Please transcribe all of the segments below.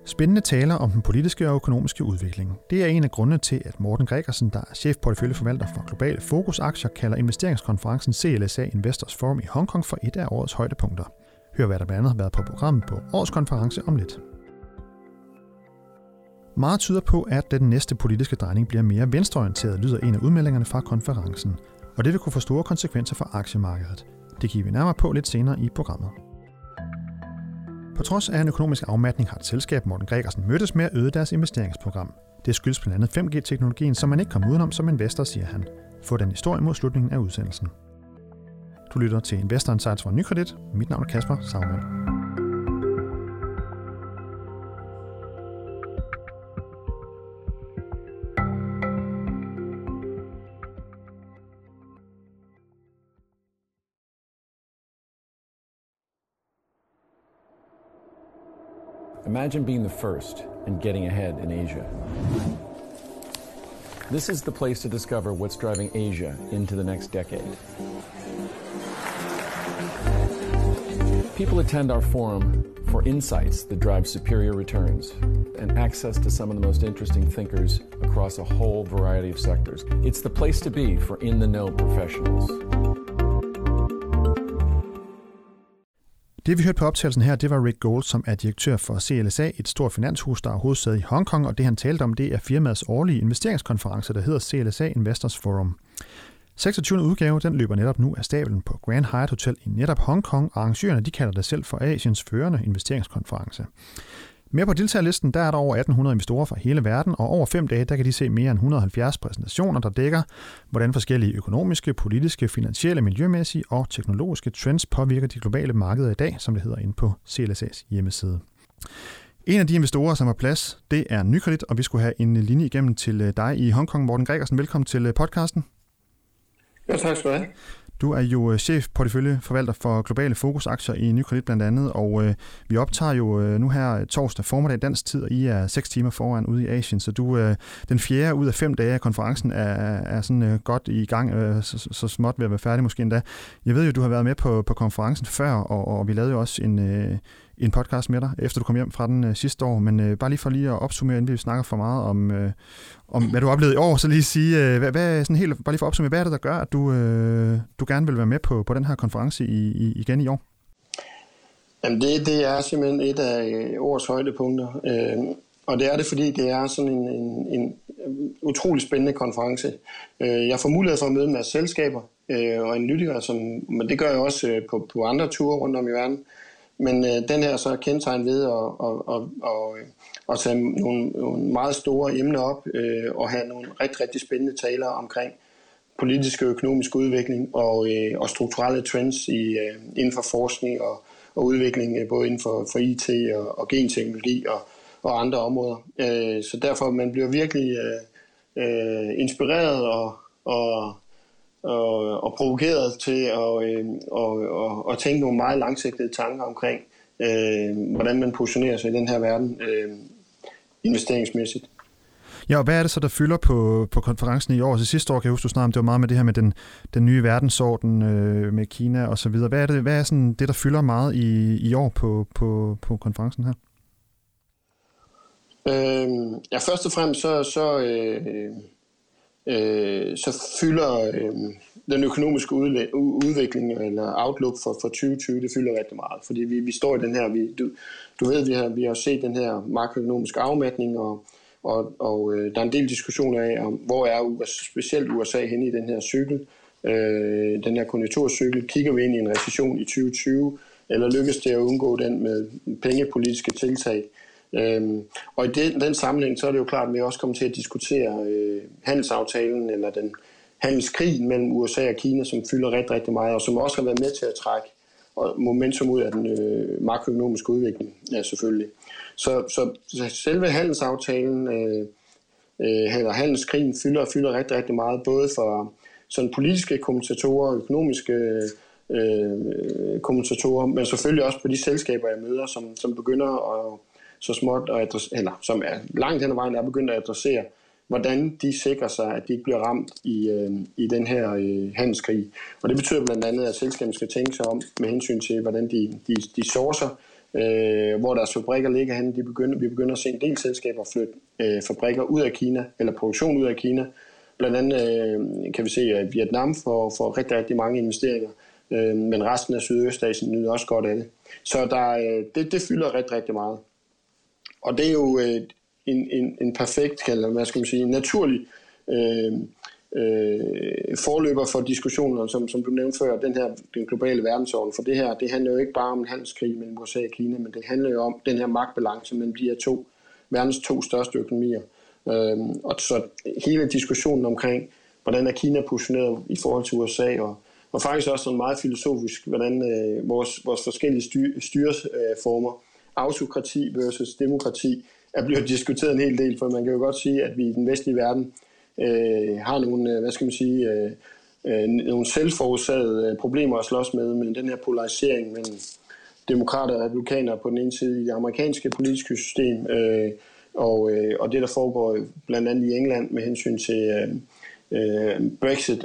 Spændende taler om den politiske og økonomiske udvikling. Det er en af grundene til, at Morten Gregersen, der er chefporteføljeforvalter for globale fokusaktier, kalder investeringskonferencen CLSA Investors Forum i Hongkong for et af årets højdepunkter. Hør, hvad der blandt andet har været på programmet på årets konference om lidt. Meget tyder på, at den næste politiske drejning bliver mere venstreorienteret, lyder en af udmeldingerne fra konferencen. Og det vil kunne få store konsekvenser for aktiemarkedet. Det kigger vi nærmere på lidt senere i programmet. På trods af en økonomisk afmatning har et selskab, Morten Gregersen, mødtes med at øge deres investeringsprogram. Det skyldes blandt andet 5G-teknologien, som man ikke kommer udenom som investor, siger han. Få den historie mod slutningen af udsendelsen. Du lytter til Investor Insights fra Nykredit. Mit navn er Kasper Sagmann. Imagine being the first and getting ahead in Asia. This is the place to discover what's driving Asia into the next decade. People attend our forum for insights that drive superior returns and access to some of the most interesting thinkers across a whole variety of sectors. It's the place to be for in-the-know professionals. Det vi hørte på optagelsen her, det var Rick Gold, som er direktør for CLSA, et stort finanshus, der er hovedsæde i Hongkong, og det han talte om, det er firmaets årlige investeringskonference, der hedder CLSA Investors Forum. 26. udgave, den løber netop nu af stablen på Grand Hyatt Hotel i netop Hongkong, og arrangørerne de kalder det selv for Asiens førende investeringskonference. Med på deltagerlisten, der er der over 1800 investorer fra hele verden, og over 5 dage, der kan de se mere end 170 præsentationer, der dækker, hvordan forskellige økonomiske, politiske, finansielle, miljømæssige og teknologiske trends påvirker de globale markeder i dag, som det hedder inde på CLSA's hjemmeside. En af de investorer, som har plads, det er Nykredit, og vi skulle have en linje igennem til dig i Hongkong. Morten Gregersen, velkommen til podcasten. Ja, tak skal du have. Du er jo chefporteføljeforvalter for globale fokusaktier i Nykredit blandt andet, og vi optager jo nu her torsdag formiddag dansk tid, og I er 6 timer foran ude i Asien, så du den 4. ud af 5 dage af konferencen er sådan godt i gang, så småt ved at være færdig måske endda. Jeg ved jo, du har været med på konferencen før, og vi lavede jo også en podcast med dig, efter du kom hjem fra den sidste år, men bare lige for lige at opsummere, inden vi snakker for meget om hvad du har oplevet i år, så lige sige, hvad sådan helt, bare lige for at opsummere, hvad er det, der gør, at du gerne vil være med på den her konference igen i år? Jamen det er simpelthen et af årets højdepunkter, og det er det, fordi det er sådan en utrolig spændende konference. Jeg får mulighed for at møde en masse selskaber og analytikere, men det gør jeg også på andre ture rundt om i verden. Men den her så er kendetegnet ved at tage nogle meget store emner op og have nogle rigtig, rigtig spændende taler omkring politisk og økonomisk udvikling og strukturelle trends inden for forskning og udvikling, både inden for IT og genteknologi og andre områder. Så derfor man bliver virkelig inspireret og provokeret til at tænke nogle meget langsigtede tanker omkring, hvordan man positionerer sig i den her verden investeringsmæssigt. Ja, og hvad er det så, der fylder på konferencen i år? Så sidste år kan jeg huske, du snakkede om, det var meget med det her med den nye verdensorden med Kina og så videre. Hvad er sådan det, der fylder meget i år på konferencen her? Ja, først og fremmest så fylder den økonomiske udvikling eller outlook for 2020, det fylder rigtig meget, fordi vi står i den her, du ved, vi har set den her makroøkonomiske afmatning, og der er en del diskussioner af, om hvor er specielt USA henne i den her cykel, den her konjunkturcykel. Kigger vi ind i en recession i 2020, eller lykkes det at undgå den med pengepolitiske tiltag? Og i den sammenhæng, så er det jo klart, at vi også kommer til at diskutere handelsaftalen, eller den handelskrig mellem USA og Kina, som fylder rigtig, rigtig meget, og som også har været med til at trække momentum ud af den makroøkonomiske udvikling, ja, selvfølgelig. Så selve handelsaftalen, eller handelskrigen fylder rigtig, rigtig meget, både for sådan politiske kommentatorer og økonomiske kommentatorer, men selvfølgelig også på de selskaber, jeg møder, som begynder at så småt eller som er langt hen ad vejen er begyndt at adressere, hvordan de sikrer sig, at de ikke bliver ramt i den her handelskrig. Og det betyder blandt andet, at selskaberne skal tænke sig om med hensyn til, hvordan de sourcer hvor deres fabrikker ligger henne. Vi begynder at se en del selskaber flytte fabrikker ud af Kina, eller produktion ud af Kina. Blandt andet kan vi se, at Vietnam får rigtig, rigtig mange investeringer, men resten af Sydøstasien nyder også godt af det. Så det fylder rigtig, rigtig meget. Og det er jo en perfekt, hvad skal man sige, naturlig forløber for diskussioner, som du nævnte før, den globale verdensorden. For det handler jo ikke bare om en handelskrig mellem USA og Kina, men det handler jo om den her magtbalance mellem de her verdens to største økonomier. Og så hele diskussionen omkring, hvordan er Kina positioneret i forhold til USA, og faktisk også sådan meget filosofisk, hvordan vores forskellige styreformer, autokrati versus demokrati, er blevet diskuteret en hel del, for man kan jo godt sige, at vi i den vestlige verden har nogle, hvad skal man sige, nogle selvforårsagede problemer at slås med den her polarisering mellem demokrater og republikanere på den ene side i det amerikanske politiske system, og det, der foregår blandt andet i England med hensyn til Brexit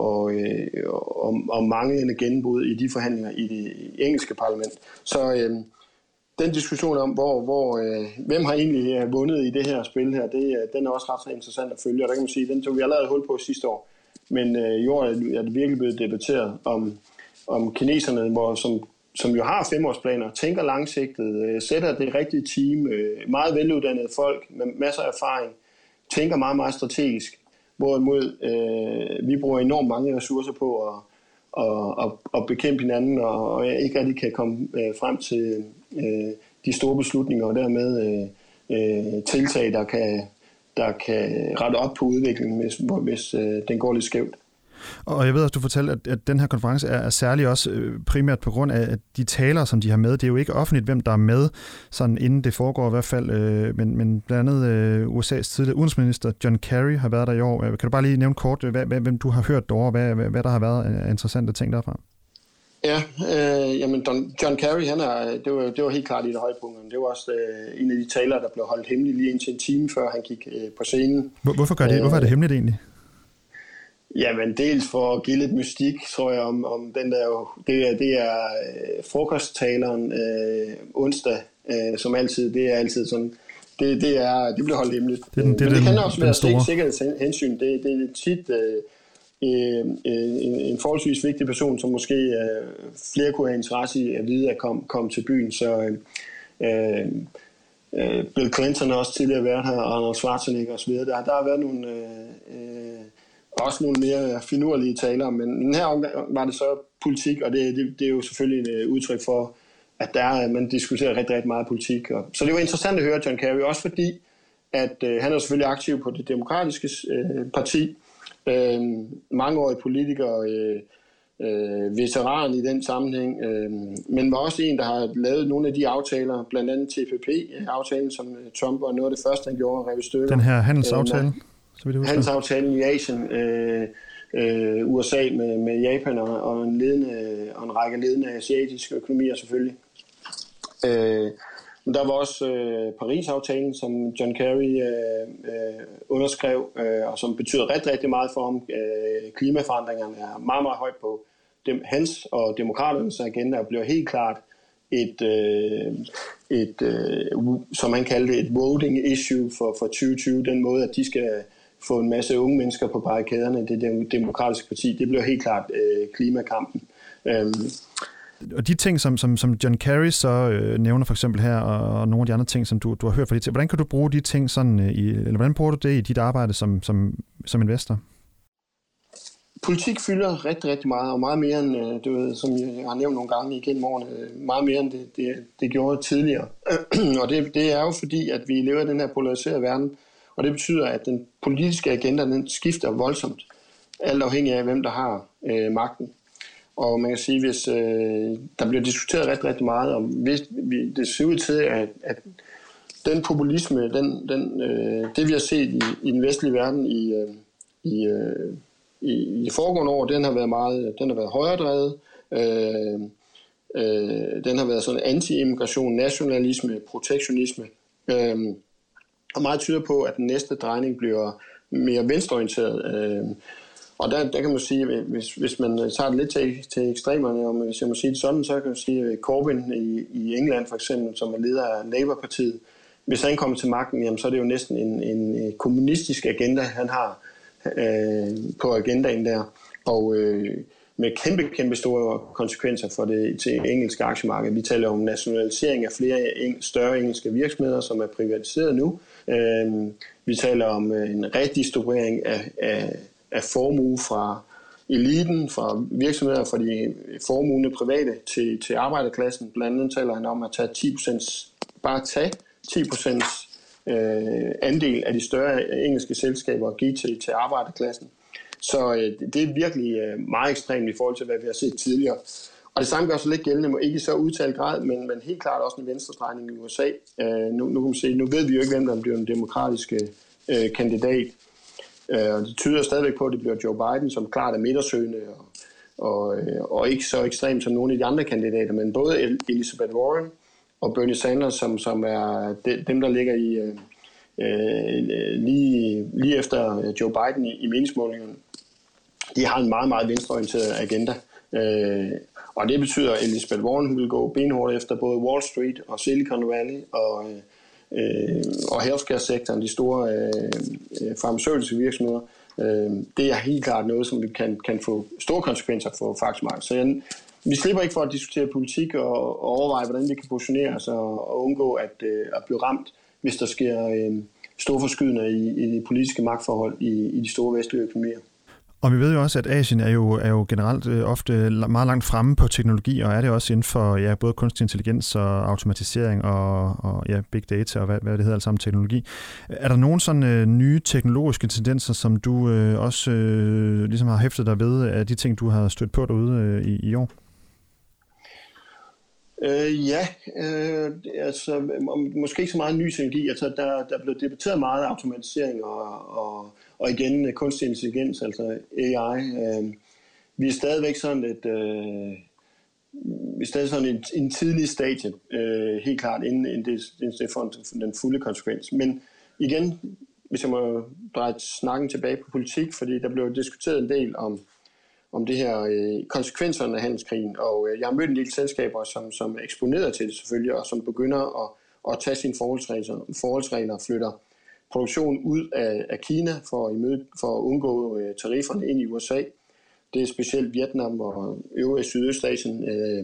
og manglende gennembrud i de forhandlinger i det engelske parlament. Så den diskussion om, hvem har egentlig vundet i det her spil her, den er også ret interessant at følge, og der kan man sige, den tog vi allerede hul på sidste år. Men i år er det virkelig blevet debatteret om kineserne, som jo har 5-årsplaner, tænker langsigtet, sætter det rigtige team, meget veluddannede folk med masser af erfaring, tænker meget, meget strategisk, hvorimod vi bruger enormt mange ressourcer på at bekæmpe hinanden, og ikke rigtig kan komme frem til de store beslutninger, og dermed tiltag, der kan rette op på udviklingen, hvis den går lidt skævt. Og jeg ved også, du fortalte, at den her konference er særlig også primært på grund af, at de talere, som de har med, det er jo ikke offentligt, hvem der er med, sådan inden det foregår i hvert fald, men blandt andet USA's tidligere udenrigsminister John Kerry har været der i år. Kan du bare lige nævne kort, hvem du har hørt derovre, hvad der har været af interessante ting derfra? Ja, jamen John Kerry, det var helt klart i det højdepunkt. Det var også en af de talere, der blev holdt hemmeligt lige indtil en time, før han gik på scenen. Hvorfor er det hemmeligt egentlig? Jamen dels for at give lidt mystik, tror jeg, om den der, det er frokosttaleren onsdag, som altid, det er altid sådan, det bliver holdt hemmeligt. Men det kan også være sikkerhedshensyn, det er tit en forholdsvis vigtig person, som måske flere kunne have interesse i at vide at komme til byen, så Bill Clinton har også tidligere været her, og Arnold Schwarzenegger og så videre. Der har været også nogle mere finurlige talere, men her var det så politik, og det er jo selvfølgelig et udtryk for, at man diskuterer rigtig, rigtig meget politik. Så det var interessant at høre John Kerry, også fordi, at han er selvfølgelig aktiv på det demokratiske parti, mangeårig politiker, veteran i den sammenhæng, men var også en, der har lavet nogle af de aftaler, blandt andet TPP-aftalen, som Trump var noget af det første, han gjorde, rev stykker. Den her handelsaftale? Handelsaftalen i Asien, USA med Japan og en række ledende asiatiske økonomier selvfølgelig. Men der var også Paris-aftalen, som John Kerry underskrev, og som betyder rigtig, rigtig meget for ham. Klimaforandringerne er meget, meget højt på hans og demokraternes agenda, og bliver helt klart et som man kalder det, et voting issue for 2020, den måde, at de skal få en masse unge mennesker på barrikaderne, det demokratiske parti, det bliver helt klart klimakampen. Og de ting, som John Kerry så nævner for eksempel her, og nogle af de andre ting, som du har hørt fra de ting, hvordan kan du bruge de ting sådan, eller hvordan bruger du det i dit arbejde som investor? Politik fylder rigtig, rigtig meget, og meget mere end, som jeg har nævnt nogle gange igennem årene, meget mere end det gjorde tidligere. Og det er jo fordi, at vi lever i den her polariserede verden, og det betyder, at den politiske agenda, den skifter voldsomt, alt afhængig af, hvem der har magten. Og man kan sige, hvis der bliver diskuteret rigtig, rigtig meget om, hvis det ser ud til, at den populisme, det vi har set i den vestlige verden i foregående år, den har været højredrevet. Den har været sådan anti-immigration, nationalisme, protektionisme. Og meget tyder på, at den næste drejning bliver mere venstreorienteret. Og der kan man sige, hvis man tager det lidt til ekstremerne, og hvis jeg må sige det sådan, så kan man sige, at Corbyn i England for eksempel, som er leder af Labour-partiet, hvis han kommer til magten, jamen, så er det jo næsten en kommunistisk agenda, han har på agendaen der. Og med kæmpe store konsekvenser for det til engelske aktiemarked. Vi taler om nationalisering af flere større engelske virksomheder, som er privatiseret nu. Vi taler om en redistribuering af formue fra eliten, fra virksomheder, fra de formuende private til arbejderklassen. Blandt andet taler han om at tage 10% andel af de større engelske selskaber og give til arbejderklassen. Så det er virkelig meget ekstremt i forhold til, hvad vi har set tidligere. Og det samme gør sig lidt gældende, ikke i så udtalt grad, men helt klart også en venstredrejning i USA. Nu kan man se, nu ved vi jo ikke, hvem der bliver den demokratiske kandidat. Og det tyder stadigvæk på, at det bliver Joe Biden, som klart er midtersøgende og ikke så ekstremt som nogle af de andre kandidater, men både Elizabeth Warren og Bernie Sanders, som er dem, der ligger i lige efter Joe Biden i meningsmålingerne. De har en meget, meget venstreorienteret agenda. Og det betyder, at Elizabeth Warren hun vil gå benhårdt efter både Wall Street og Silicon Valley og healthcare-sektoren, de store farmaceutiske virksomheder. Det er helt klart noget, som kan få store konsekvenser for aktiemarkedet. Så vi slipper ikke for at diskutere politik og overveje, hvordan vi kan positionere os og undgå at blive ramt, hvis der sker store forskydninger i de politiske magtforhold i de store vestlige økonomier. Og vi ved jo også, at Asien er jo generelt ofte meget langt fremme på teknologi, og er det også inden for både kunstig intelligens og automatisering og big data og hvad det hedder alt sammen teknologi. Er der nogle sådan nye teknologiske tendenser, som du også ligesom har hæftet dig ved af de ting, du har stødt på derude i år? Altså måske ikke så meget ny teknologi. Altså der blev debatteret meget automatisering og igen kunstig intelligens, altså AI. Vi er stadigvæk sådan en tidlig stadie, helt klart, inden det får den fulde konsekvens. Men igen, hvis jeg må dreje snakken tilbage på politik, fordi der blev diskuteret en del om det her konsekvenserne af handelskrigen, og jeg har mødt en del selskaber, som er eksponeret til det selvfølgelig, og som begynder at tage sine forholdsregler og flytter produktion ud af Kina for at undgå tarifferne ind i USA. Det er specielt Vietnam og øvrige Sydøstasien,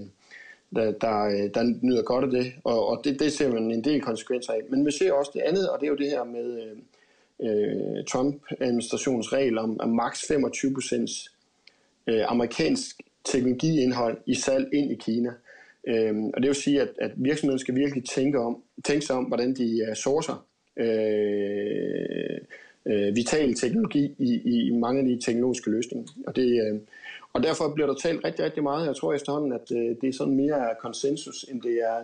der nyder godt af det, og det ser man en del konsekvenser af. Men vi ser også det andet, og det er jo det her med Trump-administrationens regel om maks 25% amerikansk teknologiindhold i salg ind i Kina. Og det vil sige, at virksomheden skal virkelig tænke sig om, hvordan de sourcer vital teknologi i mange af de teknologiske løsninger. Og derfor bliver der talt rigtig, rigtig meget. Jeg tror efterhånden, at det er sådan mere konsensus, end det er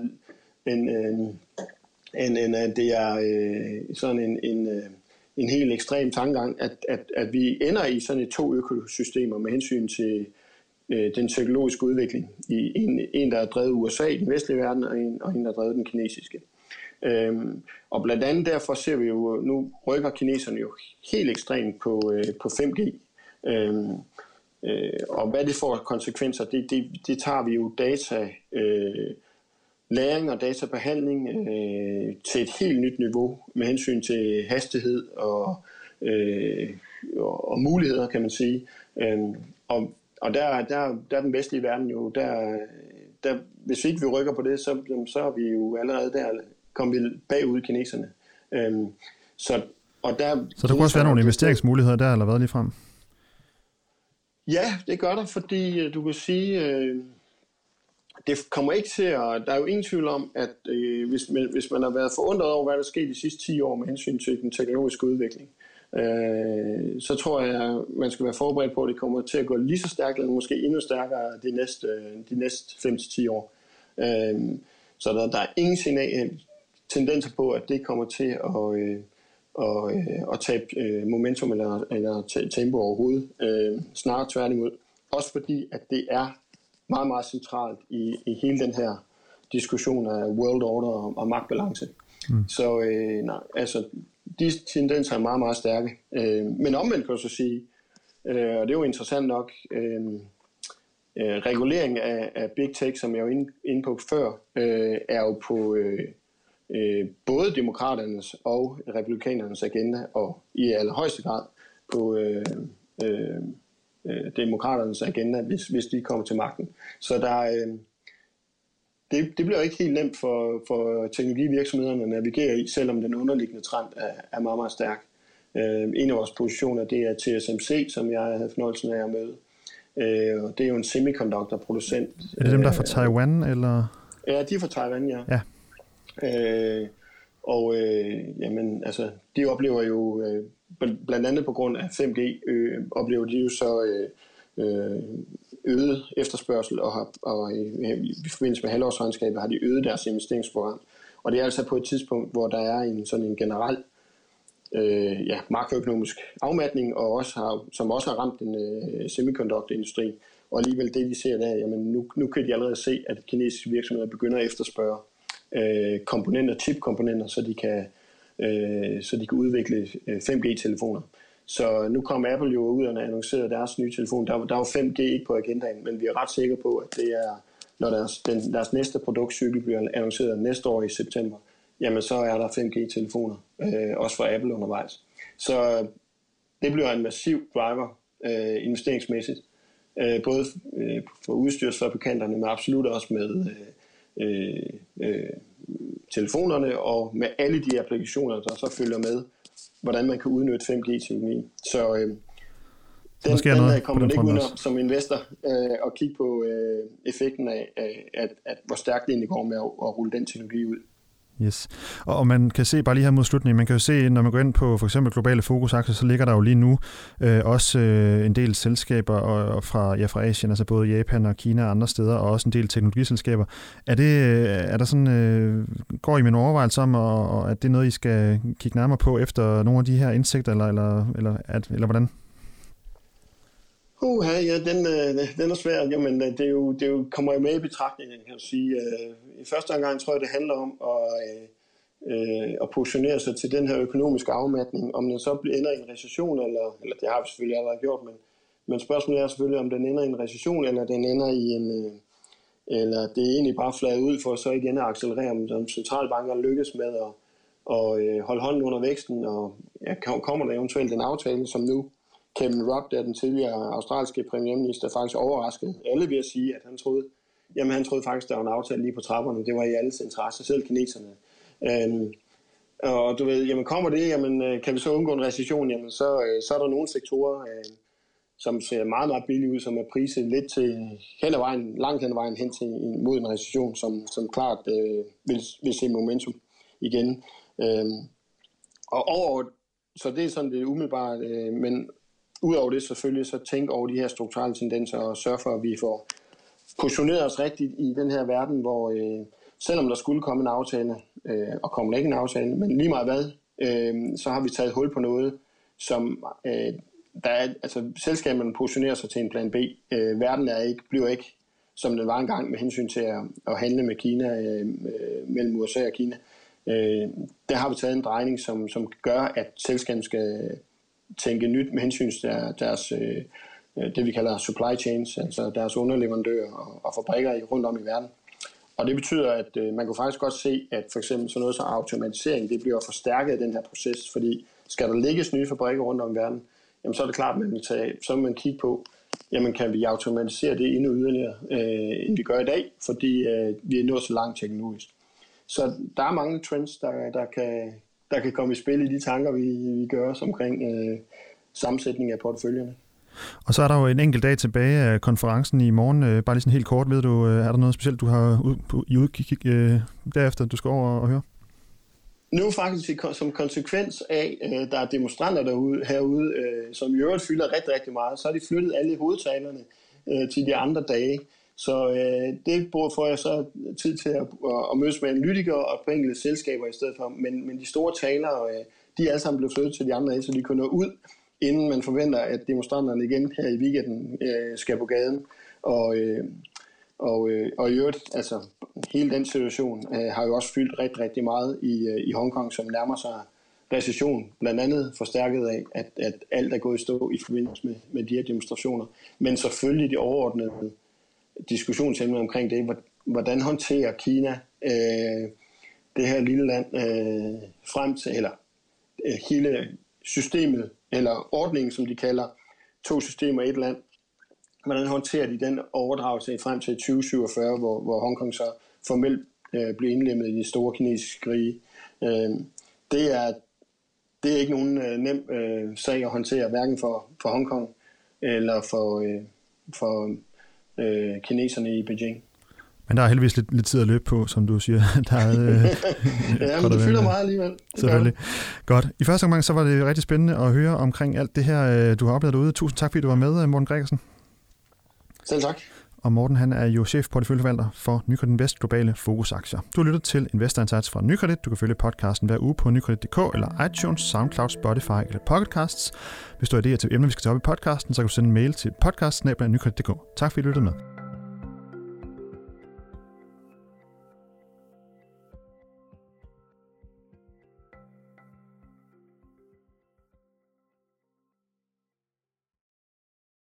at det er sådan en helt ekstrem tankegang, at vi ender i sådan et 2 økosystemer med hensyn til den teknologiske udvikling. En, der er drevet USA i den vestlige verden, og en, der er drevet den kinesiske. Og blandt andet derfor ser vi jo, nu rykker kineserne jo helt ekstremt på 5G. Og hvad det får konsekvenser, det tager vi jo data læring og databehandling til et helt nyt niveau med hensyn til hastighed og muligheder, kan man sige. Og der er den vestlige verden jo, hvis ikke vi rykker på det, så er vi jo allerede der, kommer vi bagud kineserne. Så der kunne også være nogle investeringsmuligheder der, eller hvad lige frem? Ja, det gør der, fordi du kan sige, det kommer ikke til at... Der er jo ingen tvivl om, at hvis man har været forundret over, hvad der er sket de sidste 10 år med hensyn til den teknologiske udvikling, så tror jeg, man skal være forberedt på, at det kommer til at gå lige så stærkt, eller måske endnu stærkere de næste 5-10 år. Så der er ingen tendenser på, at det kommer til at tabe momentum eller tempo overhovedet. Snarere tværtimod. Også fordi, at det er meget, meget centralt i hele den her diskussion af world order og magtbalance. Så altså, de tendenser er meget, meget stærke. Men omvendt kan jeg så sige, og det er jo interessant nok. Regulering af Big Tech, som jeg var inde på før, er jo på både demokraternes og republikanernes agenda, og i allerhøjeste grad på demokraternes agenda, hvis de kommer til magten. Så det bliver ikke helt nemt for teknologivirksomhederne at navigere i, selvom den underliggende trend er meget, meget stærk. En af vores positioner, det er TSMC, som jeg havde fornøjelsen af at møde. Og det er jo en semiconductor-producent. Er det dem, der er fra Taiwan, eller? Ja, de er fra Taiwan, ja. Jamen, altså, de oplever jo, blandt andet på grund af 5G, oplever de jo så øget efterspørgsel, og i forbindelse med halvårsregnskabet har de øget deres investeringsprogram. Og det er altså på et tidspunkt, hvor der er sådan en generel makroøkonomisk afmatning, og som også har ramt den semiconductor-industri. Og alligevel det, de ser der, jamen nu kan de allerede se, at kinesiske virksomheder begynder at efterspørge chipkomponenter, så de kan udvikle 5G-telefoner. Så nu kom Apple jo ud og annoncerede deres nye telefon. Der var 5G ikke på agendaen, men vi er ret sikre på, at det er, når deres næste produktcykel bliver annonceret næste år i september, jamen så er der 5G-telefoner, også fra Apple undervejs. Så det bliver en massiv driver investeringsmæssigt, både for udstyrsfabrikanterne, men absolut også med telefonerne og med alle de applikationer, der så følger med, hvordan man kan udnytte 5G-teknologi. Så den kommer man ikke udenom som investor og kigge på effekten af, at hvor stærkt det egentlig går med at rulle den teknologi ud. Yes. Og man kan se bare lige her mod slutningen, man kan jo se, når man går ind på for eksempel globale fokusaktier, så ligger der jo lige nu også en del selskaber fra Asien, altså både Japan og Kina og andre steder, og også en del teknologiselskaber. Er der sådan, går I med en overvejelse om, og at det er noget, I skal kigge nærmere på efter nogle af de her indsigter, eller hvordan? Ja, den er svær. Jamen, det er jo kommer jo med i betragtningen, kan jeg sige. I første omgang tror jeg, det handler om at positionere sig til den her økonomiske afmatning. Om den så ender i en recession, eller det har vi selvfølgelig allerede gjort, men spørgsmålet er selvfølgelig, om den ender i en recession, eller den ender i eller det er egentlig bare fladet ud for så igen at accelerere, om centralbanker lykkes med at holde hånden under væksten, og kommer der eventuelt en aftale, som nu Kevin Rudd, der den tidligere australske premierminister, faktisk overraskede alle ved at sige, at han troede faktisk, der var en aftale lige på trapperne. Det var i alles interesse, selv kineserne. Og du ved, jamen kommer det, jamen kan vi så undgå en recession, jamen så er der nogle sektorer, som ser meget, meget billige ud, som er priset lidt til langt hen ad vejen hen til mod en recession, som klart vil se momentum igen. Så det er sådan det umiddelbart, men udover det selvfølgelig, så tænk over de her strukturelle tendenser og sørge for, at vi får positioneret os rigtigt i den her verden, hvor selvom der skulle komme en aftale, og kommer der ikke en aftale, men lige meget hvad, så har vi taget hul på noget, som selskaberne positionerer sig til en plan B. Verden bliver ikke, som den var engang med hensyn til at handle med Kina, mellem USA og Kina. Der har vi taget en drejning, som gør, at selskaberne skal tænke nyt med hensyn til deres det vi kalder supply chains, altså deres underleverandører og fabrikker rundt om i verden. Og det betyder, at man kan faktisk godt se, at for eksempel sådan noget som automatisering, det bliver forstærket i den her proces, fordi skal der ligges nye fabrikker rundt om i verden, jamen så er det klart, at så vil man kigge på, jamen kan vi automatisere det endnu yderligere, end vi gør i dag, fordi vi er nået så langt teknologisk. Så der er mange trends, der kan komme i spil i de tanker, vi gør os omkring sammensætning af porteføljerne. Og så er der jo en enkelt dag tilbage af konferencen i morgen. Bare lige sådan helt kort, ved du, er der noget specielt, du har i udkig derefter, du skal over og høre? Nu faktisk som konsekvens af, der er demonstranter herude, som i øvrigt fylder rigtig, rigtig meget, så har de flyttet alle hovedtalerne til de andre dage. Så det får jeg så tid til at mødes med analytikere og på enkelte selskaber i stedet for. Men de store talere, de er alle sammen blevet flyttet til de andre dage, så de kan nå ud, inden man forventer, at demonstranterne igen her i weekenden skal på gaden. Og i øvrigt, altså hele den situation har jo også fyldt rigtig, rigtig meget i Hongkong, som nærmer sig recession, blandt andet forstærket af, at alt er gået i stå i forbindelse med de her demonstrationer. Men selvfølgelig de overordnede diskussionsemner omkring det, hvordan håndterer Kina det her lille land frem til, eller hele systemet, eller ordningen, som de kalder 2 systemer i et land. Hvordan håndterer de den overdragelse frem til 2047, hvor Hongkong så formelt bliver indlemmet i det store kinesiske rige. Det er ikke nogen nem sag at håndtere, hverken for Hongkong eller for kineserne i Beijing. Men der er heldigvis lidt tid at løbe på, som du siger. Ja, men det fylder meget alligevel. Selvfølgelig. Godt. I første omgang så var det rigtig spændende at høre omkring alt det her, du har oplevet derude. Tusind tak, fordi du var med, Morten Gregersen. Selv tak. Og Morten, han er jo chefporteføljeforvalter for Nykredit Invest globale fokusaktier. Du har lyttet til Investor Insights fra Nykredit. Du kan følge podcasten hver uge på nykredit.dk eller iTunes, SoundCloud, Spotify eller Pocketcasts. Hvis du har idéer til emner, vi skal tage op i podcasten, så kan du sende en mail til podcast@nykredit.dk. Tak fordi I lyttede med.